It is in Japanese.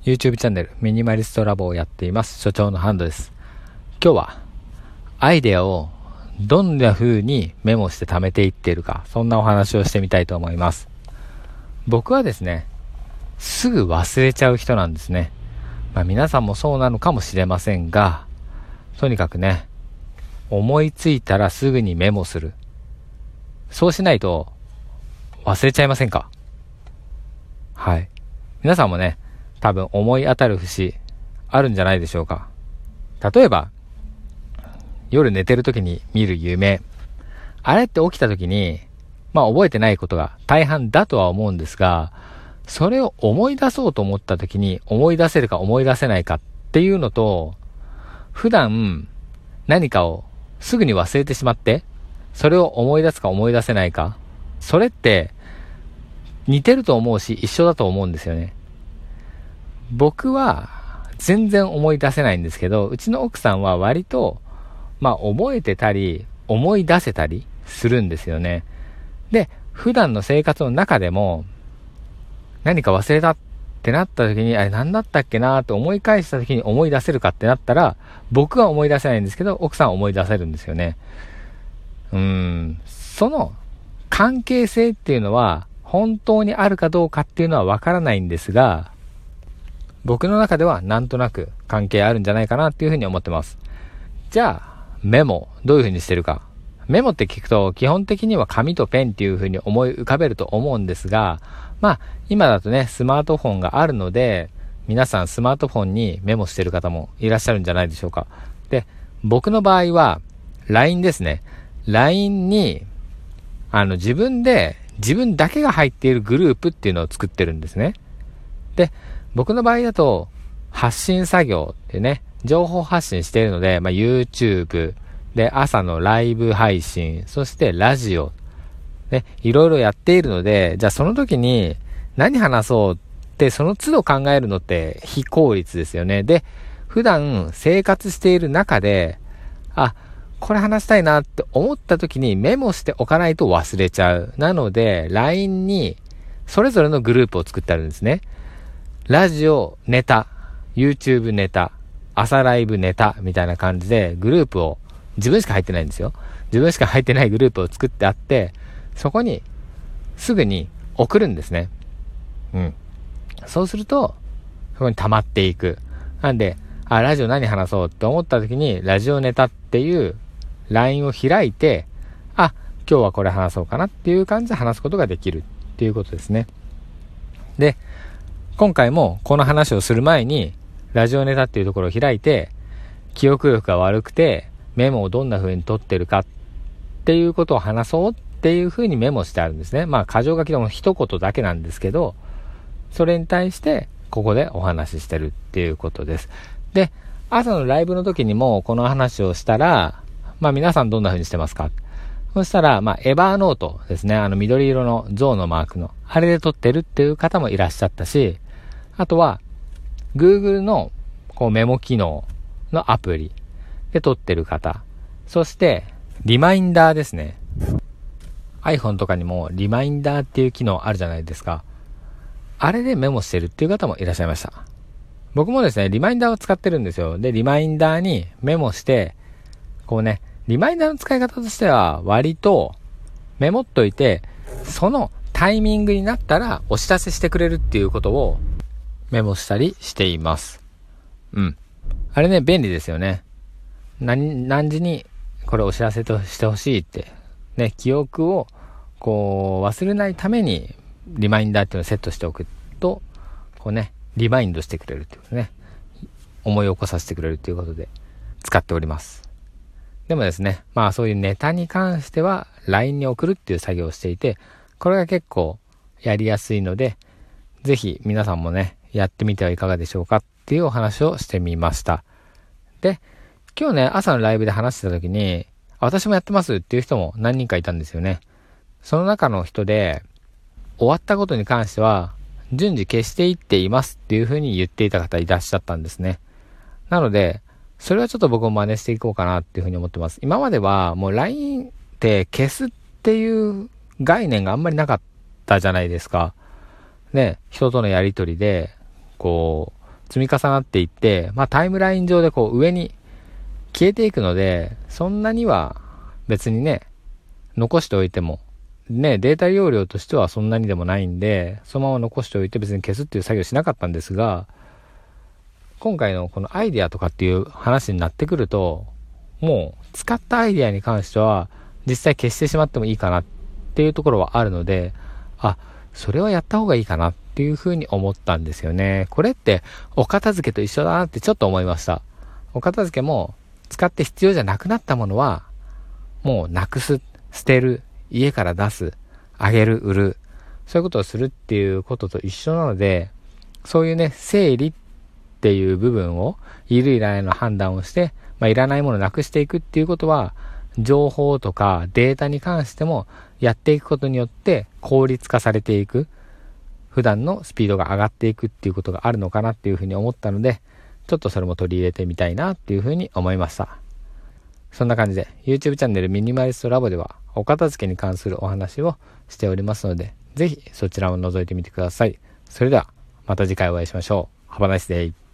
YouTube チャンネルミニマリストラボをやっています所長のハンドです。今日はアイデアをどんな風にメモして貯めていっているか、そんなお話をしてみたいと思います。僕はですね、すぐ忘れちゃう人なんですね。皆さんもそうなのかもしれませんが、とにかくね、思いついたらすぐにメモする。そうしないと忘れちゃいませんか？はい。皆さんもね、多分思い当たる節あるんじゃないでしょうか。例えば、夜寝てる時に見る夢。あれって起きた時に、覚えてないことが大半だとは思うんですが、それを思い出そうと思った時に思い出せるか思い出せないかっていうのと、普段何かをすぐに忘れてしまって、それを思い出すか思い出せないか、それって似てると思うし一緒だと思うんですよね。僕は全然思い出せないんですけど、うちの奥さんは割と覚えてたり思い出せたりするんですよね。で、普段の生活の中でも何か忘れたってなった時に、あれ何だったっけなーと思い返した時に思い出せるかってなったら、僕は思い出せないんですけど、奥さんは思い出せるんですよね。その関係性っていうのは本当にあるかどうかっていうのはわからないんですが、僕の中ではなんとなく関係あるんじゃないかなっていうふうに思ってます。じゃあ、メモどういうふうにしてるか。メモって聞くと基本的には紙とペンっていうふうに思い浮かべると思うんですが、今だとね、スマートフォンがあるので、皆さんスマートフォンにメモしてる方もいらっしゃるんじゃないでしょうか。で、僕の場合は LINE ですね。LINE に自分だけが入っているグループっていうのを作ってるんですね。で、僕の場合だと発信作業ってね、情報発信しているので、YouTube で朝のライブ配信、そしてラジオね、いろいろやっているので、じゃあその時に何話そうってその都度考えるのって非効率ですよね。で、普段生活している中で、これ話したいなって思った時にメモしておかないと忘れちゃう。なので LINE にそれぞれのグループを作ってあるんですね。ラジオネタ、YouTube ネタ、朝ライブネタみたいな感じでグループを、自分しか入ってないんですよ。自分しか入ってないグループを作ってあって、そこにすぐに送るんですね。そうするとそこに溜まっていく。なんで、ラジオ何話そうって思った時にラジオネタっていう LINE を開いて、今日はこれ話そうかなっていう感じで話すことができるっていうことですね。で、今回もこの話をする前にラジオネタっていうところを開いて、記憶力が悪くてメモをどんな風に取ってるかっていうことを話そうっていう風にメモしてあるんですね。箇条書きでも一言だけなんですけど、それに対してここでお話ししてるっていうことです。で、朝のライブの時にもこの話をしたら、皆さんどんな風にしてますか？そしたら、エバーノートですね。緑色の象のマークの、あれで撮ってるっていう方もいらっしゃったし、あとは、Google のメモ機能のアプリで撮ってる方。そして、リマインダーですね。iPhone とかにもリマインダーっていう機能あるじゃないですか。あれでメモしてるっていう方もいらっしゃいました。僕もですね、リマインダーを使ってるんですよ。で、リマインダーにメモして、リマインダーの使い方としては割とメモっといて、そのタイミングになったらお知らせしてくれるっていうことをメモしたりしています。あれね、便利ですよね。何時にこれお知らせとしてほしいってね、記憶を忘れないためにリマインダーっていうのをセットしておくと、リマインドしてくれるっていうことね、思い起こさせてくれるっていうことで使っております。でもですね、そういうネタに関しては LINE に送るっていう作業をしていて、これが結構やりやすいので、ぜひ皆さんもね、やってみてはいかがでしょうかっていうお話をしてみました。で、今日ね、朝のライブで話してた時に、私もやってますっていう人も何人かいたんですよね。その中の人で、終わったことに関しては順次消していっていますっていう風に言っていた方いらっしゃったんですね。なので、それはちょっと僕も真似していこうかなっていう風に思ってます。今まではもう LINE って消すっていう概念があんまりなかったじゃないですか。ね、人とのやりとりで、 積み重なっていって、タイムライン上で上に消えていくので、そんなには別にね、残しておいても、データ容量としてはそんなにでもないんで、そのまま残しておいて別に消すっていう作業しなかったんですが、今回のこのアイデアとかっていう話になってくると、もう使ったアイデアに関しては実際消してしまってもいいかなっていうところはあるので、それはやった方がいいかなっていうふうに思ったんですよね。これってお片付けと一緒だなってちょっと思いました。お片付けも使って必要じゃなくなったものはもうなくす、捨てる、家から出す、あげる、売る、そういうことをするっていうことと一緒なので、そういうね、整理っていう部分をいるいらないの判断をして、いらないものをなくしていくっていうことは、情報とかデータに関してもやっていくことによって効率化されていく、普段のスピードが上がっていくっていうことがあるのかなっていうふうに思ったので、ちょっとそれも取り入れてみたいなっていうふうに思いました。そんな感じで YouTube チャンネルミニマリストラボではお片付けに関するお話をしておりますので、ぜひそちらを覗いてみてください。それではまた次回お会いしましょう。Have a nice day.